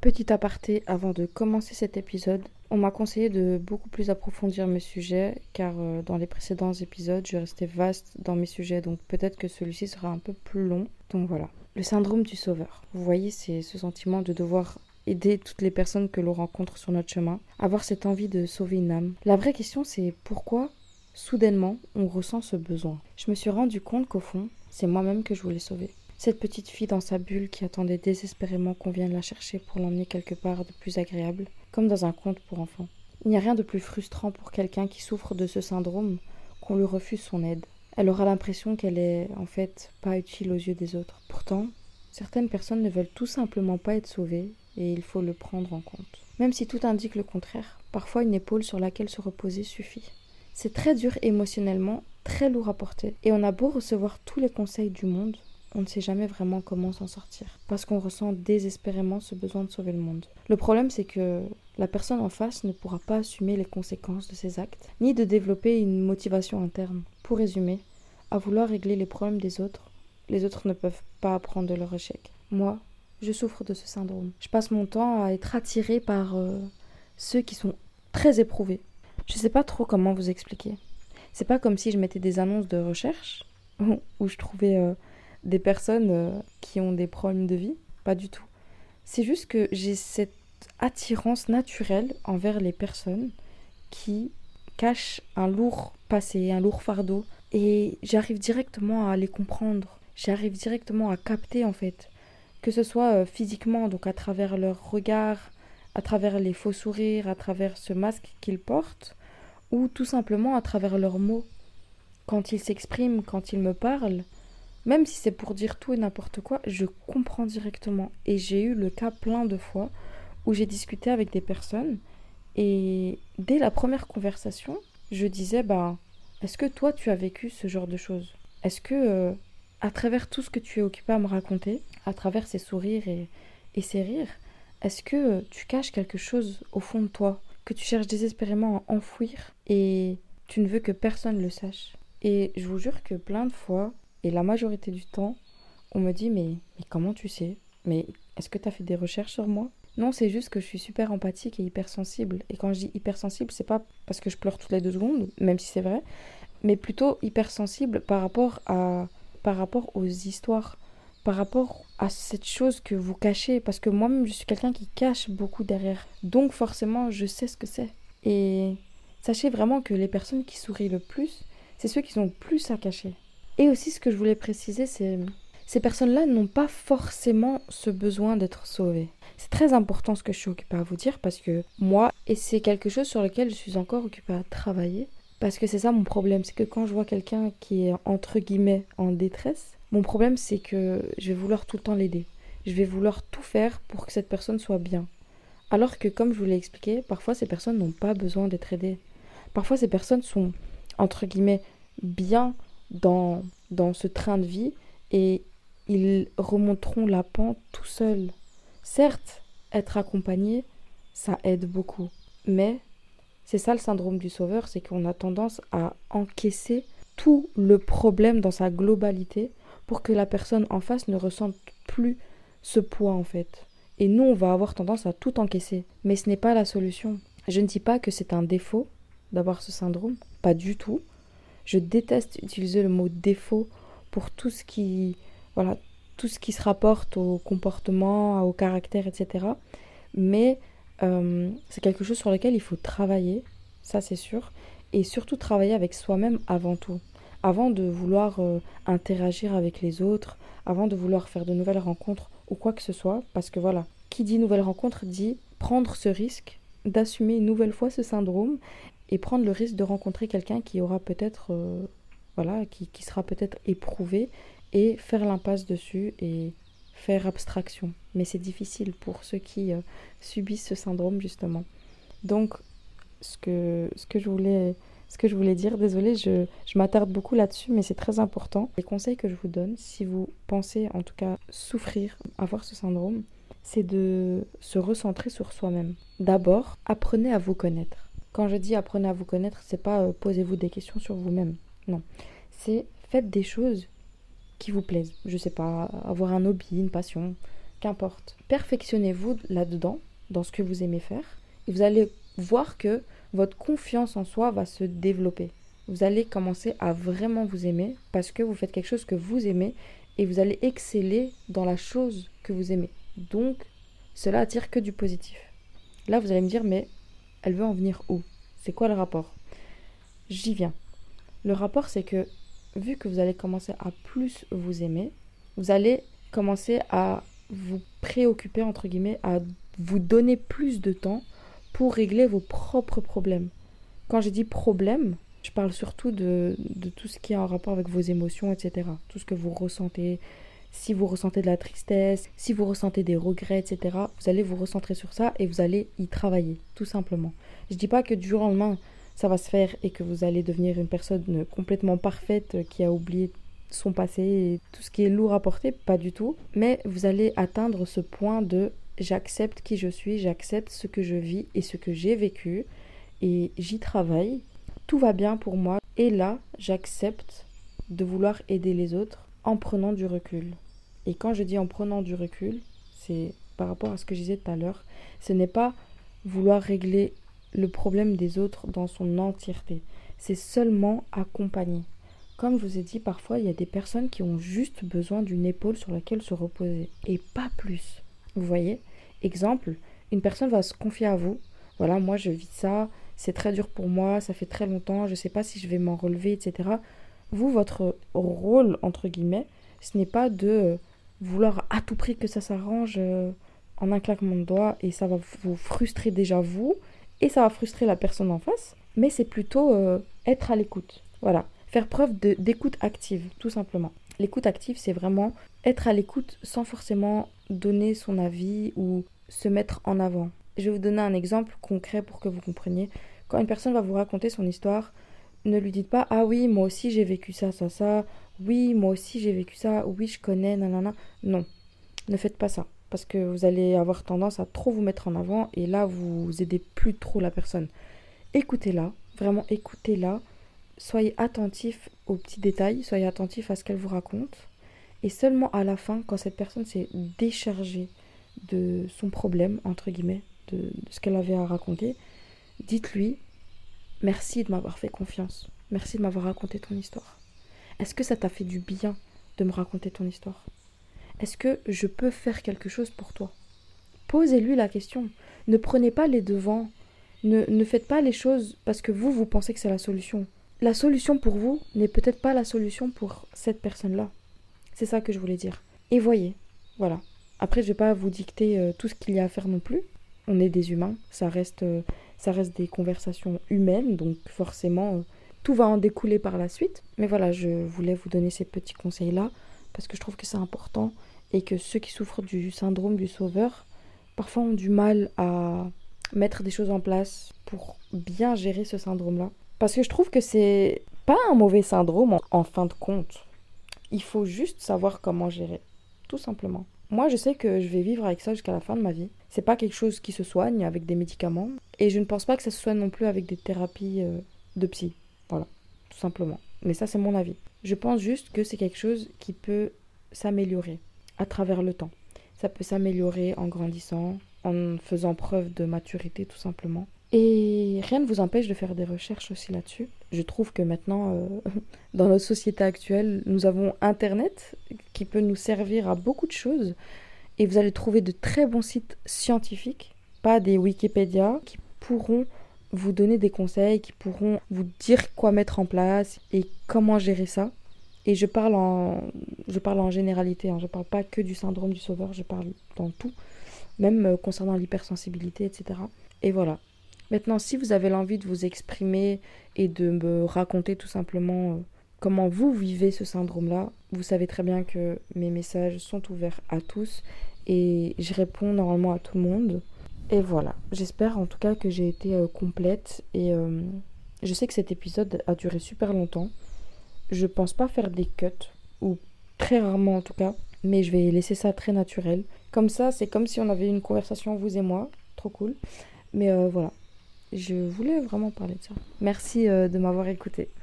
Petit aparté avant de commencer cet épisode, on m'a conseillé de beaucoup plus approfondir mes sujets car dans les précédents épisodes, je restais vaste dans mes sujets, donc peut-être que celui-ci sera un peu plus long. Donc voilà. Le syndrome du sauveur. Vous voyez, c'est ce sentiment de devoir aider toutes les personnes que l'on rencontre sur notre chemin, avoir cette envie de sauver une âme. La vraie question, c'est pourquoi soudainement on ressent ce besoin. Je me suis rendu compte qu'au fond, c'est moi-même que je voulais sauver. Cette petite fille dans sa bulle qui attendait désespérément qu'on vienne la chercher pour l'emmener quelque part de plus agréable, comme dans un conte pour enfants. Il n'y a rien de plus frustrant pour quelqu'un qui souffre de ce syndrome qu'on lui refuse son aide. Elle aura l'impression qu'elle est, en fait, pas utile aux yeux des autres. Pourtant, certaines personnes ne veulent tout simplement pas être sauvées et il faut le prendre en compte. Même si tout indique le contraire, parfois une épaule sur laquelle se reposer suffit. C'est très dur émotionnellement, très lourd à porter, et on a beau recevoir tous les conseils du monde, on ne sait jamais vraiment comment s'en sortir, parce qu'on ressent désespérément ce besoin de sauver le monde. Le problème, c'est que la personne en face ne pourra pas assumer les conséquences de ses actes, ni de développer une motivation interne. Pour résumer, à vouloir régler les problèmes des autres, les autres ne peuvent pas apprendre de leur échec. Moi, je souffre de ce syndrome. Je passe mon temps à être attirée par ceux qui sont très éprouvés. Je sais pas trop comment vous expliquer. C'est pas comme si je mettais des annonces de recherche où je trouvais des personnes qui ont des problèmes de vie. Pas du tout. C'est juste que j'ai cette attirance naturelle envers les personnes qui cachent un lourd passé, un lourd fardeau. Et j'arrive directement à les comprendre. J'arrive directement à capter en fait. Que ce soit physiquement, donc à travers leur regard, à travers les faux sourires, à travers ce masque qu'ils portent, ou tout simplement à travers leurs mots. Quand ils s'expriment, quand ils me parlent, même si c'est pour dire tout et n'importe quoi, je comprends directement. Et j'ai eu le cas plein de fois où j'ai discuté avec des personnes et dès la première conversation, je disais, est-ce que toi tu as vécu ce genre de choses? Est-ce que à travers tout ce que tu es occupé à me raconter, à travers ces sourires et ces rires, est-ce que tu caches quelque chose au fond de toi que tu cherches désespérément à enfouir et tu ne veux que personne le sache? Et je vous jure que plein de fois, et la majorité du temps, on me dit mais comment tu sais? Mais est-ce que tu as fait des recherches sur moi? Non, c'est juste que je suis super empathique et hypersensible. Et quand je dis hypersensible, c'est pas parce que je pleure toutes les 2 secondes, même si c'est vrai, mais plutôt hypersensible par rapport aux histoires, par rapport à cette chose que vous cachez. Parce que moi-même, je suis quelqu'un qui cache beaucoup derrière. Donc forcément, je sais ce que c'est. Et sachez vraiment que les personnes qui sourient le plus, c'est ceux qui ont le plus à cacher. Et aussi, ce que je voulais préciser, c'est ces personnes-là n'ont pas forcément ce besoin d'être sauvées. C'est très important ce que je suis occupée à vous dire parce que moi, et c'est quelque chose sur lequel je suis encore occupée à travailler, parce que c'est ça mon problème, c'est que quand je vois quelqu'un qui est entre guillemets en détresse, mon problème c'est que je vais vouloir tout le temps l'aider. Je vais vouloir tout faire pour que cette personne soit bien. Alors que comme je vous l'ai expliqué, parfois ces personnes n'ont pas besoin d'être aidées. Parfois ces personnes sont entre guillemets bien dans ce train de vie et ils remonteront la pente tout seuls. Certes, être accompagné, ça aide beaucoup. Mais c'est ça le syndrome du sauveur, c'est qu'on a tendance à encaisser tout le problème dans sa globalité pour que la personne en face ne ressente plus ce poids en fait. Et nous, on va avoir tendance à tout encaisser. Mais ce n'est pas la solution. Je ne dis pas que c'est un défaut d'avoir ce syndrome, pas du tout. Je déteste utiliser le mot défaut pour tout ce qui, voilà, tout ce qui se rapporte au comportement, au caractère, etc. Mais c'est quelque chose sur lequel il faut travailler, ça c'est sûr, et surtout travailler avec soi-même avant tout. Avant de vouloir interagir avec les autres, avant de vouloir faire de nouvelles rencontres ou quoi que ce soit, parce que voilà, qui dit nouvelle rencontre dit prendre ce risque d'assumer une nouvelle fois ce syndrome et prendre le risque de rencontrer quelqu'un qui aura peut-être, voilà, qui sera peut-être éprouvé et faire l'impasse dessus et faire abstraction. Mais c'est difficile pour ceux qui subissent ce syndrome justement. Donc, ce que je voulais dire, désolée, je m'attarde beaucoup là-dessus, mais c'est très important. Les conseils que je vous donne, si vous pensez en tout cas souffrir, avoir ce syndrome, c'est de se recentrer sur soi-même. D'abord, apprenez à vous connaître. Quand je dis apprenez à vous connaître, c'est pas posez-vous des questions sur vous-même. Non. C'est faites des choses qui vous plaisent. Je sais pas, avoir un hobby, une passion, qu'importe. Perfectionnez-vous là-dedans, dans ce que vous aimez faire, et vous allez voir que votre confiance en soi va se développer. Vous allez commencer à vraiment vous aimer parce que vous faites quelque chose que vous aimez et vous allez exceller dans la chose que vous aimez. Donc, cela attire que du positif. Là, vous allez me dire, mais elle veut en venir où? C'est quoi le rapport? J'y viens. Le rapport, c'est que vu que vous allez commencer à plus vous aimer, vous allez commencer à vous préoccuper, entre guillemets, à vous donner plus de temps pour régler vos propres problèmes. Quand je dis problème, je parle surtout de tout ce qui est en rapport avec vos émotions, etc. Tout ce que vous ressentez. Si vous ressentez de la tristesse, si vous ressentez des regrets, etc., vous allez vous recentrer sur ça et vous allez y travailler, tout simplement. Je ne dis pas que du jour au lendemain, ça va se faire et que vous allez devenir une personne complètement parfaite qui a oublié son passé et tout ce qui est lourd à porter, pas du tout. Mais vous allez atteindre ce point de j'accepte qui je suis, j'accepte ce que je vis et ce que j'ai vécu et j'y travaille. Tout va bien pour moi et là, j'accepte de vouloir aider les autres en prenant du recul. Et quand je dis en prenant du recul, c'est par rapport à ce que je disais tout à l'heure, ce n'est pas vouloir régler le problème des autres dans son entièreté. C'est seulement accompagner. Comme je vous ai dit, parfois, il y a des personnes qui ont juste besoin d'une épaule sur laquelle se reposer. Et pas plus. Vous voyez? Exemple, une personne va se confier à vous. Voilà, moi je vis ça, c'est très dur pour moi, ça fait très longtemps, je ne sais pas si je vais m'en relever, etc. Vous, votre rôle, entre guillemets, ce n'est pas de vouloir à tout prix que ça s'arrange en un claquement de doigts et ça va vous frustrer déjà vous et ça va frustrer la personne en face, mais c'est plutôt être à l'écoute. Voilà, faire preuve d'écoute active, tout simplement. L'écoute active, c'est vraiment être à l'écoute sans forcément donner son avis ou se mettre en avant. Je vais vous donner un exemple concret pour que vous compreniez. Quand une personne va vous raconter son histoire, ne lui dites pas « Ah oui, moi aussi j'ai vécu ça, ça, ça. Oui, moi aussi j'ai vécu ça. Oui, je connais, nanana. » Non, ne faites pas ça. Parce que vous allez avoir tendance à trop vous mettre en avant et là, vous aidez plus trop la personne. Écoutez-la, vraiment écoutez-la. Soyez attentif aux petits détails, soyez attentif à ce qu'elle vous raconte. Et seulement à la fin, quand cette personne s'est déchargée de son problème, entre guillemets, de ce qu'elle avait à raconter, dites-lui « Merci de m'avoir fait confiance. Merci de m'avoir raconté ton histoire. Est-ce que ça t'a fait du bien de me raconter ton histoire? Est-ce que je peux faire quelque chose pour toi ?» Posez-lui la question. Ne prenez pas les devants. Ne faites pas les choses parce que vous pensez que c'est la solution. La solution pour vous n'est peut-être pas la solution pour cette personne-là. C'est ça que je voulais dire. Et voyez, voilà. Après, je ne vais pas vous dicter tout ce qu'il y a à faire non plus. On est des humains, ça reste des conversations humaines, donc forcément, tout va en découler par la suite. Mais voilà, je voulais vous donner ces petits conseils-là, parce que je trouve que c'est important, et que ceux qui souffrent du syndrome du sauveur, parfois ont du mal à mettre des choses en place pour bien gérer ce syndrome-là. Parce que je trouve que c'est pas un mauvais syndrome en fin de compte. Il faut juste savoir comment gérer, tout simplement. Moi, je sais que je vais vivre avec ça jusqu'à la fin de ma vie. C'est pas quelque chose qui se soigne avec des médicaments. Et je ne pense pas que ça se soigne non plus avec des thérapies de psy. Voilà, tout simplement. Mais ça, c'est mon avis. Je pense juste que c'est quelque chose qui peut s'améliorer à travers le temps. Ça peut s'améliorer en grandissant, en faisant preuve de maturité, tout simplement. Et rien ne vous empêche de faire des recherches aussi là-dessus. Je trouve que maintenant, dans notre société actuelle, nous avons Internet qui peut nous servir à beaucoup de choses. Et vous allez trouver de très bons sites scientifiques, pas des Wikipédia, qui pourront vous donner des conseils, qui pourront vous dire quoi mettre en place et comment gérer ça. Et je parle en généralité, hein. Je ne parle pas que du syndrome du sauveur, je parle dans tout, même concernant l'hypersensibilité, etc. Et voilà. Maintenant, si vous avez l'envie de vous exprimer et de me raconter tout simplement comment vous vivez ce syndrome-là, vous savez très bien que mes messages sont ouverts à tous et je réponds normalement à tout le monde. Et voilà, j'espère en tout cas que j'ai été complète et je sais que cet épisode a duré super longtemps. Je pense pas faire des cuts, ou très rarement en tout cas, mais je vais laisser ça très naturel. Comme ça, c'est comme si on avait une conversation, vous et moi, trop cool. Mais voilà. Je voulais vraiment parler de ça. Merci de m'avoir écouté.